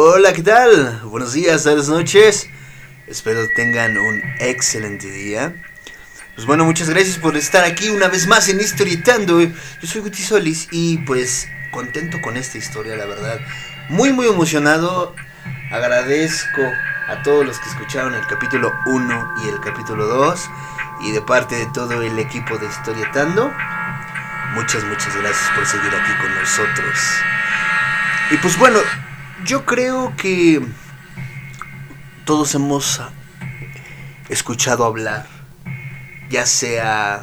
Hola, ¿qué tal? Buenos días, buenas noches. Espero tengan un excelente día. Pues bueno, muchas gracias por estar aquí una vez más en Historietando. Yo soy Guti Solis y pues contento con esta historia, la verdad. Muy emocionado. Agradezco a todos los que escucharon el capítulo 1 y el capítulo 2. Y de parte de todo el equipo de Historietando, muchas gracias por seguir aquí con nosotros. Y pues bueno, yo creo que todos hemos escuchado hablar, ya sea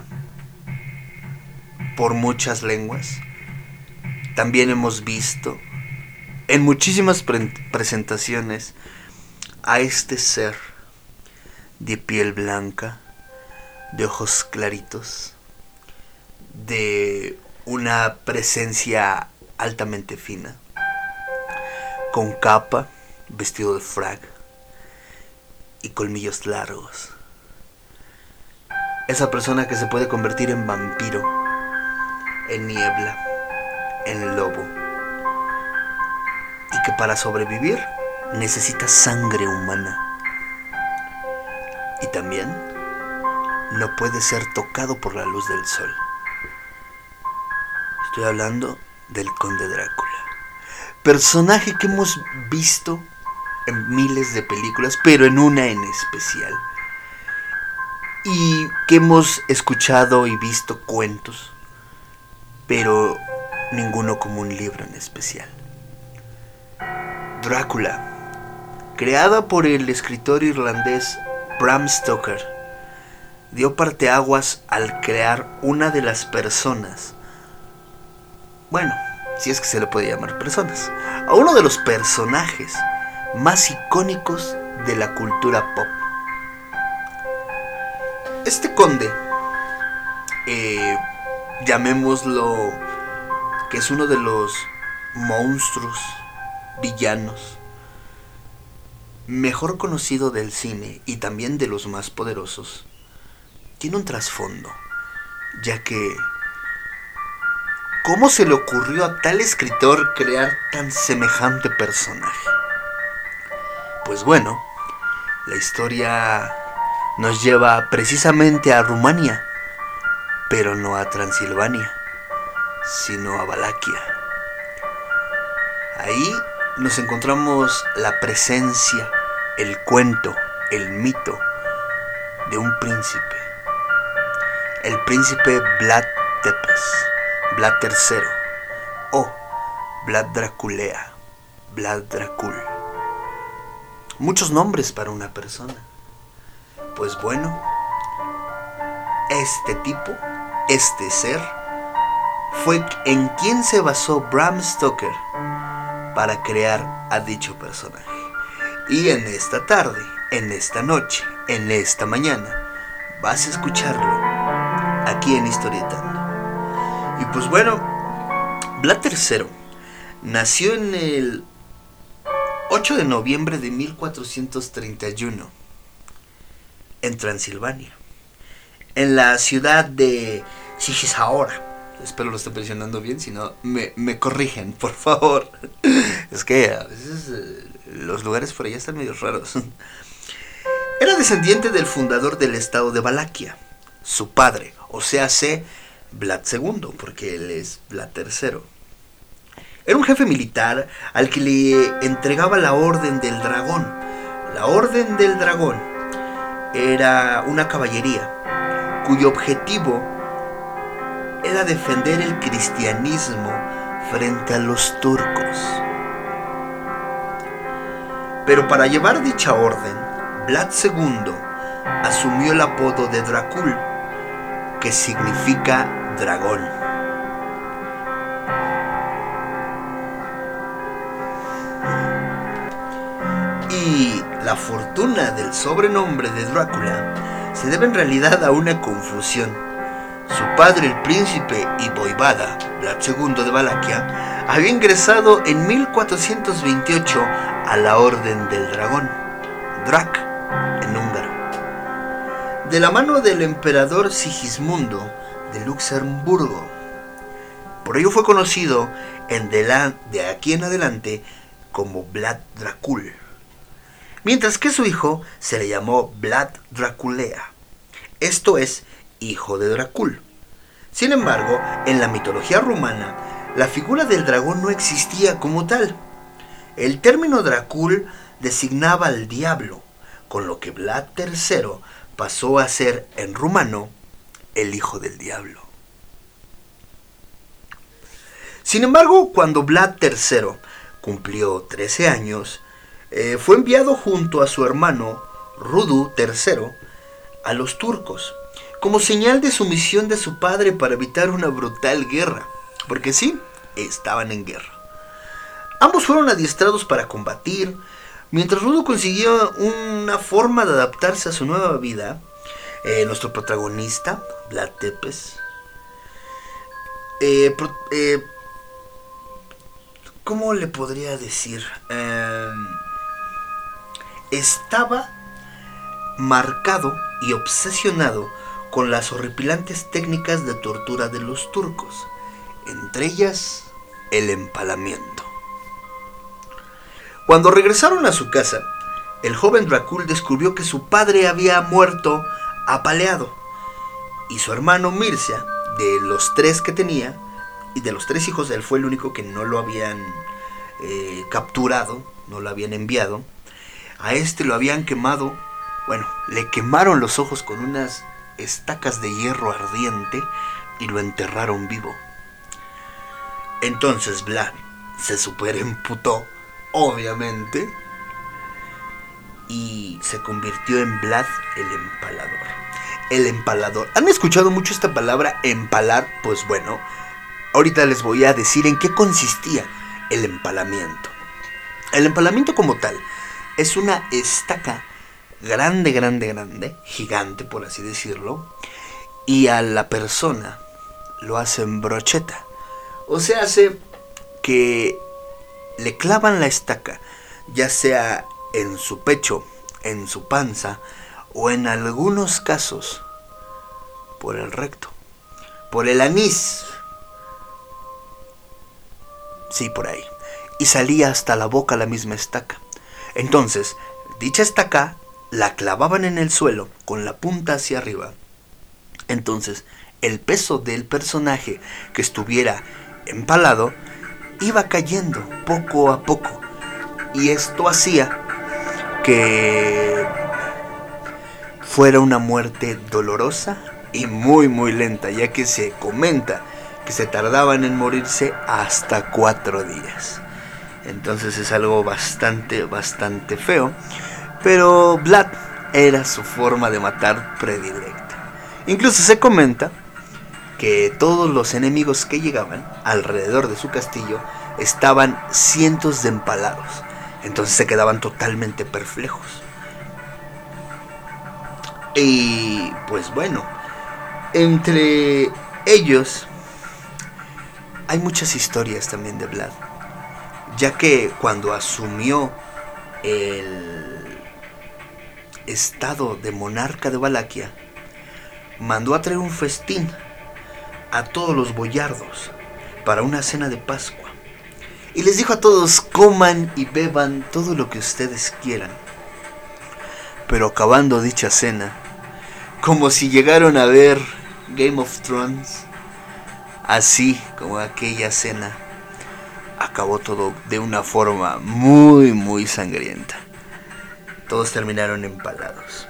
por muchas lenguas. También hemos visto en muchísimas presentaciones a este ser de piel blanca, de ojos claritos, de una presencia altamente fina, con capa, vestido de frac y colmillos largos. Esa persona que se puede convertir en vampiro, en niebla, en lobo, y que para sobrevivir necesita sangre humana. Y también no puede ser tocado por la luz del sol. Estoy hablando del Conde Drácula, personaje que hemos visto en miles de películas, pero en una en especial, y que hemos escuchado y visto cuentos, pero ninguno como un libro en especial. Drácula, creada por el escritor irlandés Bram Stoker, dio parteaguas al crear una de las personas, bueno, si es que se le puede llamar personas, a uno de los personajes más icónicos de la cultura pop. Este conde, llamémoslo que es uno de los monstruos, villanos, mejor conocido del cine y también de los más poderosos, tiene un trasfondo, ya que ¿cómo se le ocurrió a tal escritor crear tan semejante personaje? Pues bueno, la historia nos lleva precisamente a Rumania, pero no a Transilvania, sino a Valaquia. Ahí nos encontramos la presencia, el cuento, el mito de un príncipe, el príncipe Vlad Tepes, Vlad III, o Vlad Draculea, Vlad Dracul. Muchos nombres para una persona. Pues bueno, este tipo, este ser, fue en quien se basó Bram Stoker para crear a dicho personaje. Y en esta tarde, en esta noche, en esta mañana, vas a escucharlo aquí en Historietando. Y pues bueno, Vlad III nació en el 8 de noviembre de 1431 en Transilvania, en la ciudad de Sigisahora. Espero lo esté mencionando bien, si no me corrigen, por favor. Es que a veces los lugares por allá están medio raros. Era descendiente del fundador del estado de Valaquia, su padre, o sea, Vlad II, porque él es Vlad III. Era un jefe militar al que le entregaba la Orden del Dragón. La Orden del Dragón era una caballería cuyo objetivo era defender el cristianismo frente a los turcos. Pero para llevar dicha orden, Vlad II asumió el apodo de Dracul, que significa dragón. Y la fortuna del sobrenombre de Drácula se debe en realidad a una confusión. Su padre, el príncipe y voivada Vlad II de Valaquia, había ingresado en 1428 a la Orden del Dragón, Drac en húngaro, de la mano del emperador Sigismundo de Luxemburgo. Por ello fue conocido de aquí en adelante como Vlad Dracul, mientras que su hijo se le llamó Vlad Draculea, esto es, hijo de Dracul. Sin embargo, en la mitología rumana, la figura del dragón no existía como tal. El término Dracul designaba al diablo, con lo que Vlad III pasó a ser en rumano el hijo del diablo. Sin embargo, cuando Vlad III cumplió 13 años, fue enviado junto a su hermano Rudu III a los turcos, como señal de sumisión de su padre para evitar una brutal guerra, porque sí, estaban en guerra. Ambos fueron adiestrados para combatir, mientras Rudu consiguió una forma de adaptarse a su nueva vida. Nuestro protagonista, Vlad Tepes, ¿cómo le podría decir? Estaba marcado y obsesionado con las horripilantes técnicas de tortura de los turcos, entre ellas el empalamiento. Cuando regresaron a su casa, el joven Dracul descubrió que su padre había muerto apaleado, y su hermano Mircea, de los 3 que tenía, y de los 3 hijos, él fue el único que no lo habían capturado, no lo habían enviado. A este lo habían quemado, bueno, le quemaron los ojos con unas estacas de hierro ardiente y lo enterraron vivo. Entonces Vlad se superemputó, obviamente, y se convirtió en Vlad el Empalador. El Empalador. ¿Han escuchado mucho esta palabra empalar? Pues bueno, ahorita les voy a decir en qué consistía el empalamiento. El empalamiento como tal es una estaca grande, gigante por así decirlo, y a la persona lo hacen brocheta. O sea, hace que le clavan la estaca, ya sea en su pecho, en su panza, o en algunos casos por el recto, por el anís, sí, por ahí, y salía hasta la boca la misma estaca. Entonces, dicha estaca la clavaban en el suelo con la punta hacia arriba. Entonces, el peso del personaje que estuviera empalado iba cayendo poco a poco, y esto hacía que fuera una muerte dolorosa y muy lenta, ya que se comenta que se tardaban en morirse hasta 4 días. Entonces es algo bastante feo, pero Vlad era su forma de matar predilecta. Incluso se comenta que todos los enemigos que llegaban alrededor de su castillo estaban cientos de empalados, entonces se quedaban totalmente perplejos. Y pues bueno, entre ellos hay muchas historias también de Vlad, ya que cuando asumió el estado de monarca de Valaquia, mandó a traer un festín a todos los boyardos para una cena de Pascua, y les dijo a todos: coman y beban todo lo que ustedes quieran. Pero acabando dicha cena, como si llegaron a ver Game of Thrones, así como aquella cena, acabó todo de una forma muy sangrienta. Todos terminaron empalados.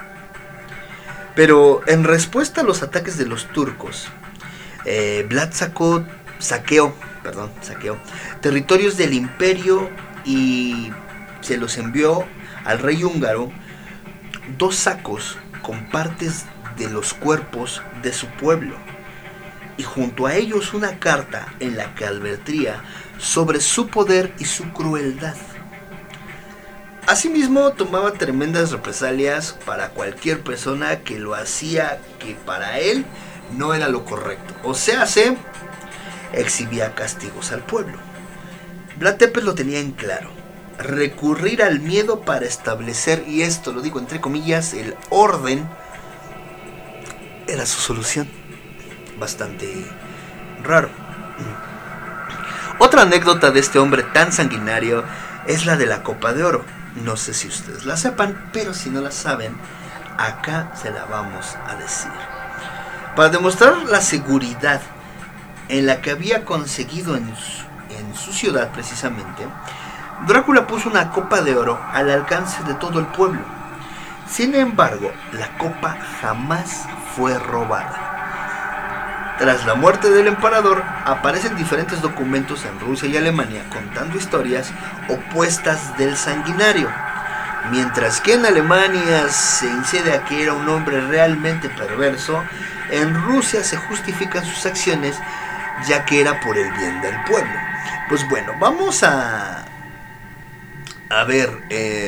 Pero en respuesta a los ataques de los turcos, Vlad saqueó territorios del imperio y se los envió al rey húngaro 2 sacos con partes de los cuerpos de su pueblo, y junto a ellos una carta en la que advertía sobre su poder y su crueldad. Asimismo, tomaba tremendas represalias para cualquier persona que lo hacía que para él no era lo correcto. O sea, se exhibía castigos al pueblo. Vlad Tepes lo tenía en claro: recurrir al miedo para establecer, y esto lo digo entre comillas, el orden, era su solución. Bastante raro. Otra anécdota de este hombre tan sanguinario es la de la Copa de Oro. No sé si ustedes la sepan, pero si no la saben, acá se la vamos a decir. Para demostrar la seguridad en la que había conseguido en su ciudad precisamente, Drácula puso una copa de oro al alcance de todo el pueblo. Sin embargo, la copa jamás fue robada. Tras la muerte del emperador, aparecen diferentes documentos en Rusia y Alemania contando historias opuestas del sanguinario. Mientras que en Alemania se incide a que era un hombre realmente perverso, en Rusia se justifican sus acciones ya que era por el bien del pueblo. Pues bueno, vamos a ver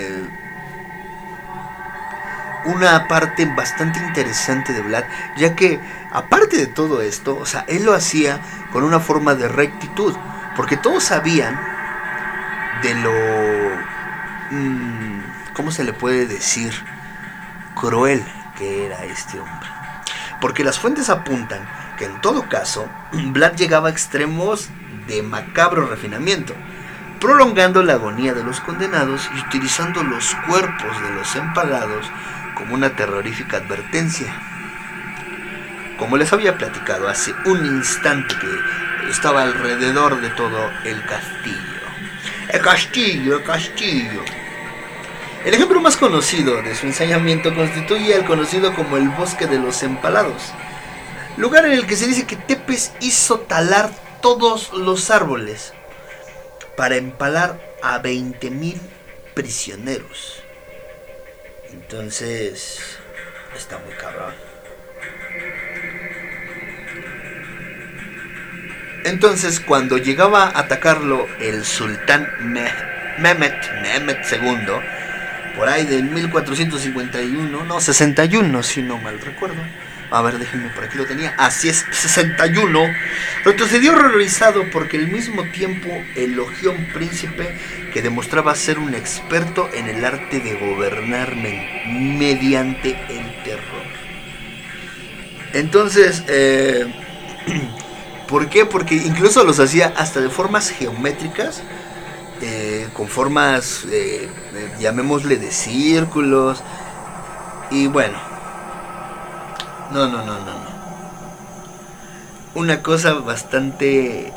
una parte bastante interesante de Vlad, ya que aparte de todo esto, o sea, él lo hacía con una forma de rectitud, porque todos sabían de lo ¿cómo se le puede decir? Cruel que era este hombre. Porque las fuentes apuntan que en todo caso, Vlad llegaba a extremos de macabro refinamiento, prolongando la agonía de los condenados y utilizando los cuerpos de los empalados como una terrorífica advertencia. Como les había platicado hace un instante que estaba alrededor de todo el castillo. El castillo, el castillo. El ejemplo más conocido de su ensañamiento constituye el conocido como el Bosque de los Empalados, lugar en el que se dice que Tepes hizo talar todos los árboles para empalar a 20,000 prisioneros. Entonces, está muy cabrón. Entonces, cuando llegaba a atacarlo el sultán Mehmet II, por ahí del 1451, no, 61, si no mal recuerdo. A ver, déjenme, por aquí lo tenía. Así es, 61. Retrocedió horrorizado porque al mismo tiempo elogió a un príncipe que demostraba ser un experto en el arte de gobernar mediante el terror. Entonces, ¿por qué? Porque incluso los hacía hasta de formas geométricas, con formas, llamémosle de círculos. Y bueno, no. Una cosa bastante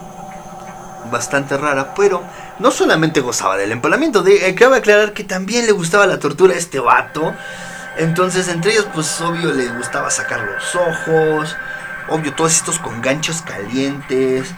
rara, pero no solamente gozaba del empalamiento. Cabe aclarar que también le gustaba la tortura a este vato. Entonces, entre ellos, pues obvio le gustaba sacar los ojos. Obvio, todos estos con ganchos calientes,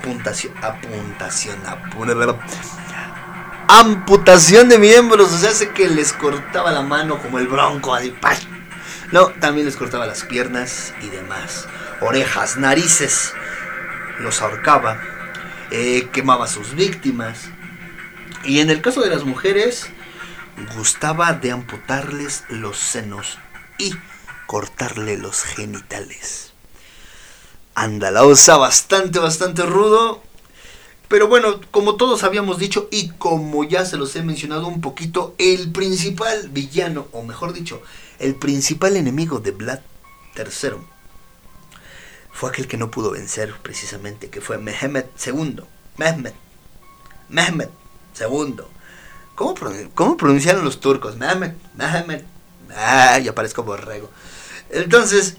amputación de miembros, o sea, hace que les cortaba la mano como el Bronco, así, ¡pay! No, también les cortaba las piernas y demás, orejas, narices, los ahorcaba, quemaba a sus víctimas, y en el caso de las mujeres, gustaba de amputarles los senos y cortarle los genitales. Anda, o sea, bastante rudo. Pero bueno, como todos habíamos dicho y como ya se los he mencionado un poquito, el principal villano, o mejor dicho, el principal enemigo de Vlad III fue aquel que no pudo vencer precisamente, que fue Mehmet II. Mehmet II. ¿Cómo pronunciaron los turcos? Mehmet. Ya parezco borrego. Entonces,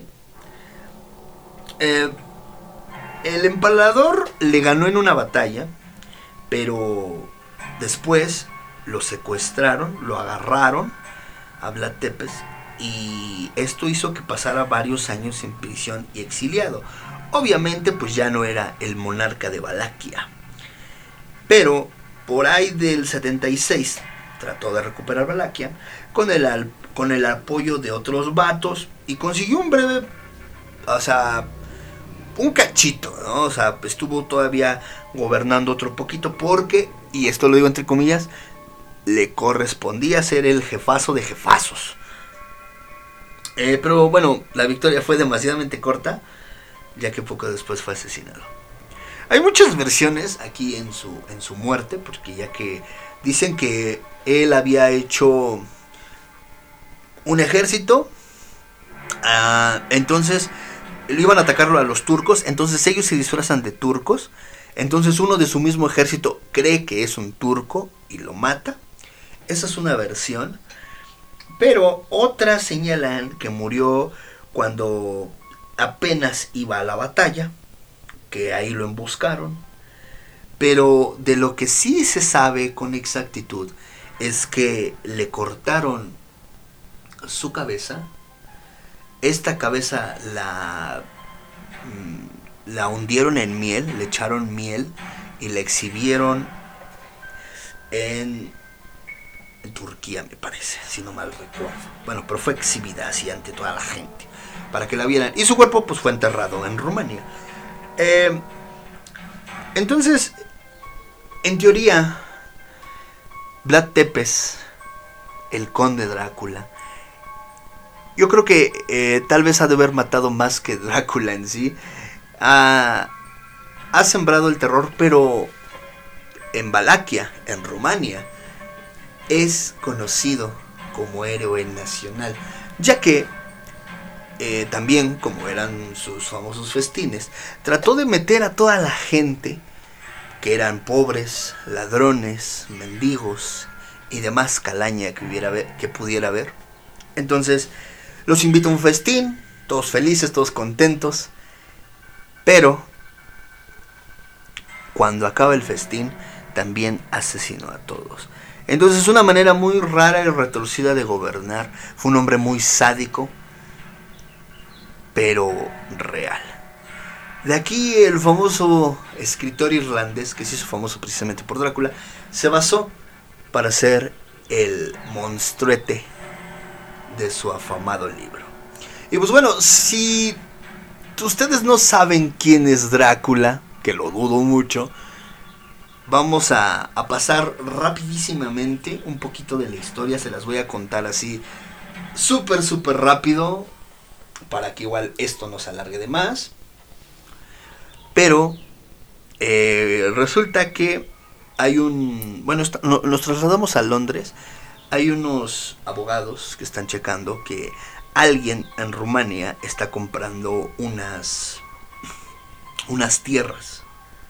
el empalador le ganó en una batalla, pero después lo secuestraron, lo agarraron a Vlad Tepes, y esto hizo que pasara varios años en prisión y exiliado. Obviamente pues ya no era el monarca de Valaquia, pero por ahí del 76 trató de recuperar Valaquia con el apoyo de otros vatos y consiguió un breve, o sea, un cachito, ¿no? O sea, estuvo todavía gobernando otro poquito porque, y esto lo digo entre comillas, le correspondía ser el jefazo de jefazos. Pero bueno, la victoria fue demasiadamente corta, ya que poco después fue asesinado. Hay muchas versiones aquí en su muerte, porque ya que dicen que él había hecho un ejército, entonces iban a atacarlo a los turcos, entonces ellos se disfrazan de turcos, Entonces uno de su mismo ejército cree que es un turco y lo mata. Esa es una versión. Pero otras señalan que murió cuando apenas iba a la batalla, que ahí lo emboscaron. Pero de lo que sí se sabe con exactitud es que le cortaron su cabeza. Esta cabeza la hundieron en miel, le echaron miel y la exhibieron en Turquía, me parece, si no mal recuerdo. Bueno, pero fue exhibida así ante toda la gente para que la vieran. Y su cuerpo pues fue enterrado en Rumania. Entonces, en teoría, Vlad Tepes, el conde Drácula, yo creo que tal vez ha de haber matado más que Drácula en sí. Ha sembrado el terror, pero en Valaquia, en Rumania, es conocido como héroe nacional, ya que también, como eran sus famosos festines, trató de meter a toda la gente que eran pobres, ladrones, mendigos y demás calaña que pudiera haber. Entonces los invita a un festín, todos felices, todos contentos, pero cuando acaba el festín también asesinó a todos. Entonces es una manera muy rara y retorcida de gobernar. Fue un hombre muy sádico, pero real. De aquí el famoso escritor irlandés, que se hizo famoso precisamente por Drácula, se basó para hacer el monstruete de su afamado libro. Y pues bueno, si ustedes no saben quién es Drácula, que lo dudo mucho, vamos a pasar rapidísimamente un poquito de la historia. Se las voy a contar así súper rápido, para que igual esto no se alargue de más. Pero resulta que hay un... Bueno, nos trasladamos a Londres. Hay unos abogados que están checando que alguien en Rumania está comprando unas tierras.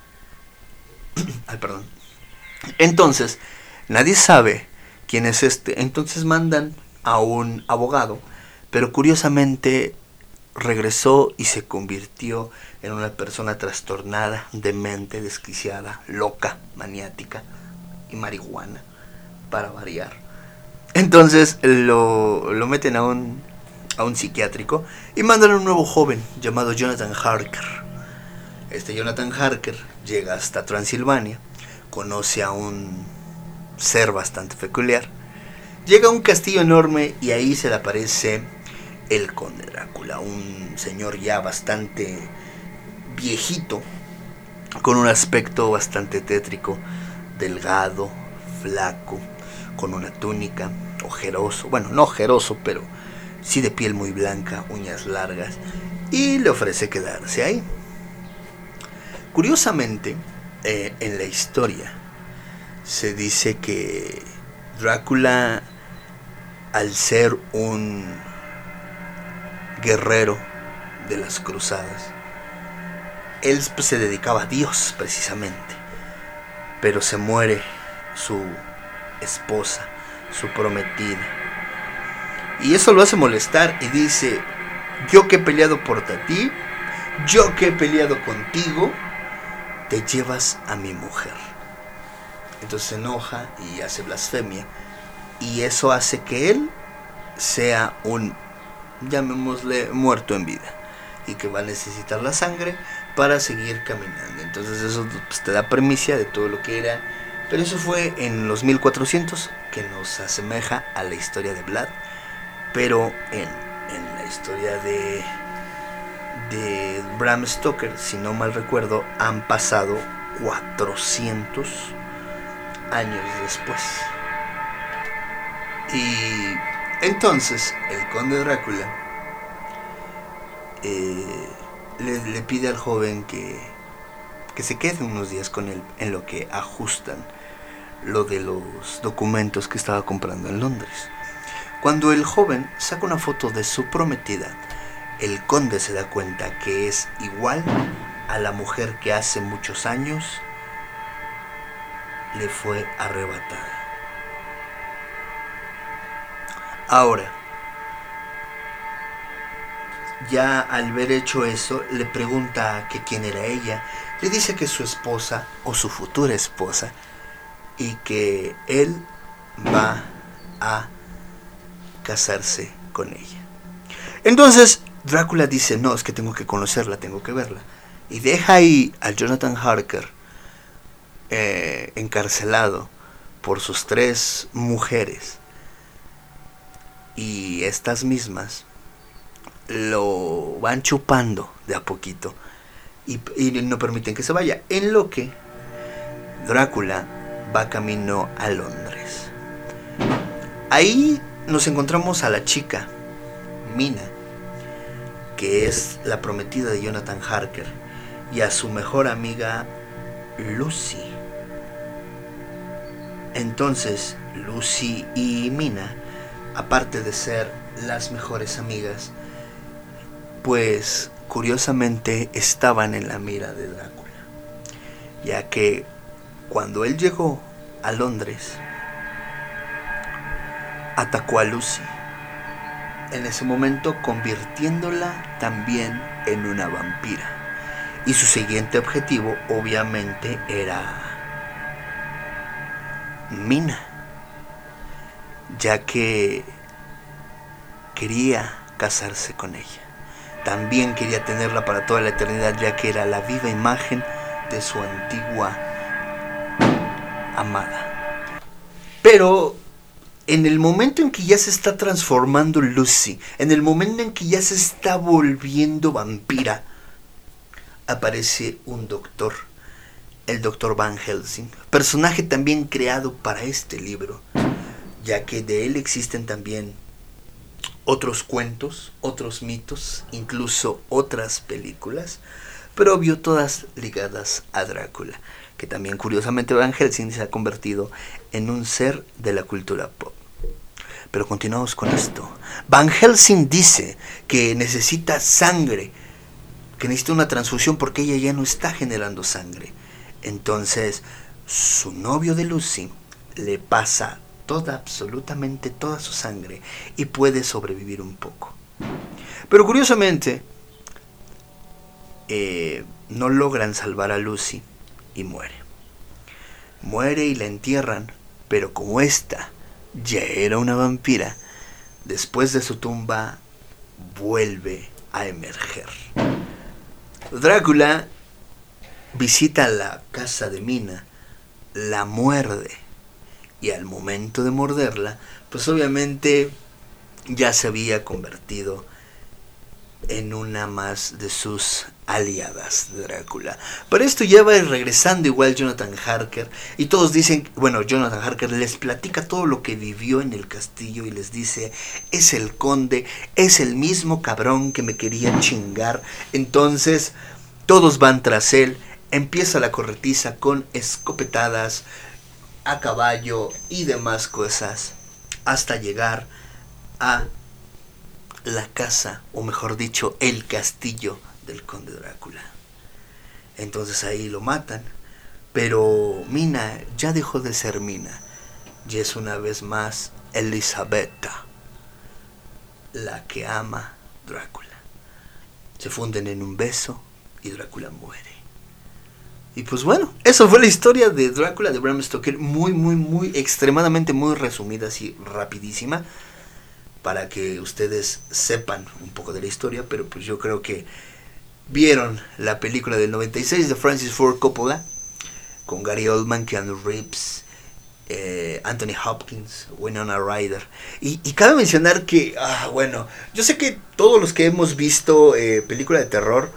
Ay, perdón. Entonces, nadie sabe quién es este. Entonces mandan a un abogado, pero curiosamente regresó y se convirtió en una persona trastornada, demente, desquiciada, loca, maniática y marihuana, para variar. Entonces lo meten a un psiquiátrico y mandan a un nuevo joven llamado Jonathan Harker. Este Jonathan Harker llega hasta Transilvania, conoce a un ser bastante peculiar, llega a un castillo enorme y ahí se le aparece el conde Drácula, un señor ya bastante viejito, con un aspecto bastante tétrico, delgado, flaco, con una túnica, ojeroso, bueno, no ojeroso, pero sí de piel muy blanca, uñas largas, y le ofrece quedarse ahí. Curiosamente, en la historia se dice que Drácula, al ser un guerrero de las cruzadas, él pues se dedicaba a Dios precisamente, pero se muere su esposa, su prometida, y eso lo hace molestar y dice: yo que he peleado por ti, yo que he peleado contigo, te llevas a mi mujer. Entonces se enoja y hace blasfemia, y eso hace que él sea un, llamémosle, muerto en vida, y que va a necesitar la sangre para seguir caminando. Entonces eso pues te da premisa de todo lo que era. Pero eso fue en los 1400, que nos asemeja a la historia de Vlad. Pero en la historia de Bram Stoker, si no mal recuerdo, han pasado 400 años después. Y entonces el conde Drácula le pide al joven que se quede unos días con él, en lo que ajustan lo de los documentos que estaba comprando en Londres. Cuando el joven saca una foto de su prometida, el conde se da cuenta que es igual a la mujer que hace muchos años le fue arrebatada. Ahora, ya al ver hecho eso, le pregunta que quién era ella. Le dice que es su esposa o su futura esposa y que él va a casarse con ella. Entonces Drácula dice, no, es que tengo que conocerla, tengo que verla. Y deja ahí a Jonathan Harker encarcelado por sus 3 mujeres. Y estas mismas lo van chupando de a poquito y no permiten que se vaya. En lo que Drácula va camino a Londres. Ahí nos encontramos a la chica, Mina, que es la prometida de Jonathan Harker, y a su mejor amiga, Lucy. Entonces, Lucy y Mina, aparte de ser las mejores amigas, pues curiosamente estaban en la mira de Drácula, ya que cuando él llegó a Londres, atacó a Lucy, en ese momento convirtiéndola también en una vampira. Y su siguiente objetivo obviamente era Mina, ya que quería casarse con ella. También quería tenerla para toda la eternidad, ya que era la viva imagen de su antigua amada. Pero en el momento en que ya se está transformando Lucy, en el momento en que ya se está volviendo vampira, aparece un doctor, el doctor Van Helsing, personaje también creado para este libro, ya que de él existen también otros cuentos, otros mitos, incluso otras películas, pero obvio todas ligadas a Drácula, que también curiosamente Van Helsing se ha convertido en un ser de la cultura pop. Pero continuamos con esto. Van Helsing dice que necesita sangre, que necesita una transfusión porque ella ya no está generando sangre. Entonces, su novio de Lucy le pasa absolutamente toda su sangre y puede sobrevivir un poco. Pero curiosamente, no logran salvar a Lucy y muere. Muere y la entierran, pero como esta ya era una vampira, después de su tumba vuelve a emerger. Drácula visita la casa de Mina, la muerde, y al momento de morderla, pues obviamente ya se había convertido en una más de sus aliadas de Drácula. Para esto ya va regresando igual Jonathan Harker, y todos dicen, bueno, Jonathan Harker les platica todo lo que vivió en el castillo y les dice, es el conde, es el mismo cabrón que me quería chingar. Entonces todos van tras él, empieza la corretiza con escopetadas a caballo y demás cosas, hasta llegar a la casa, o mejor dicho, el castillo del conde Drácula. Entonces ahí lo matan, pero Mina ya dejó de ser Mina, y es una vez más Elisabetta, la que ama Drácula. Se funden en un beso y Drácula muere. Y pues bueno, eso fue la historia de Drácula de Bram Stoker, muy extremadamente muy resumida, así rapidísima, para que ustedes sepan un poco de la historia. Pero pues yo creo que vieron la película del 96 de Francis Ford Coppola, con Gary Oldman, Keanu Reeves, Anthony Hopkins, Winona Ryder. Y cabe mencionar que, bueno, yo sé que todos los que hemos visto película de terror,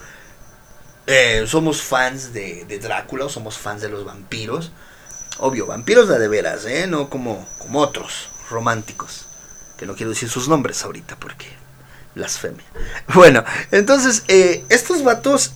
somos fans de Drácula, o somos fans de los vampiros. Obvio, vampiros de veras, no como otros románticos, que no quiero decir sus nombres ahorita porque blasfemia. Bueno, entonces estos vatos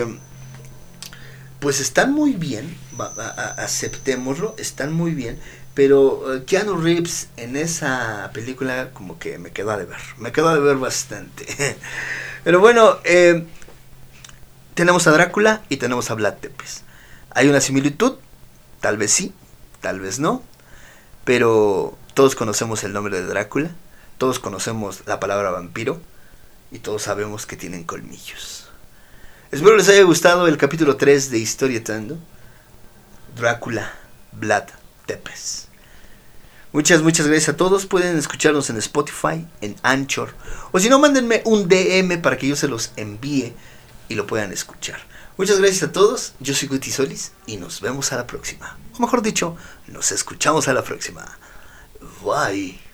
pues están muy bien, aceptémoslo, están muy bien. Pero Keanu Reeves en esa película como que me quedó a deber bastante. Pero bueno, Tenemos a Drácula y tenemos a Vlad Tepes. ¿Hay una similitud? Tal vez sí, tal vez no. Pero todos conocemos el nombre de Drácula, todos conocemos la palabra vampiro y todos sabemos que tienen colmillos. Espero les haya gustado el capítulo 3 de Historietando. Drácula, Vlad Tepes. Muchas gracias a todos. Pueden escucharnos en Spotify, en Anchor, o si no, mándenme un DM para que yo se los envíe y lo puedan escuchar. Muchas gracias a todos. Yo soy Guti Solís y nos vemos a la próxima. O mejor dicho, nos escuchamos a la próxima. Bye.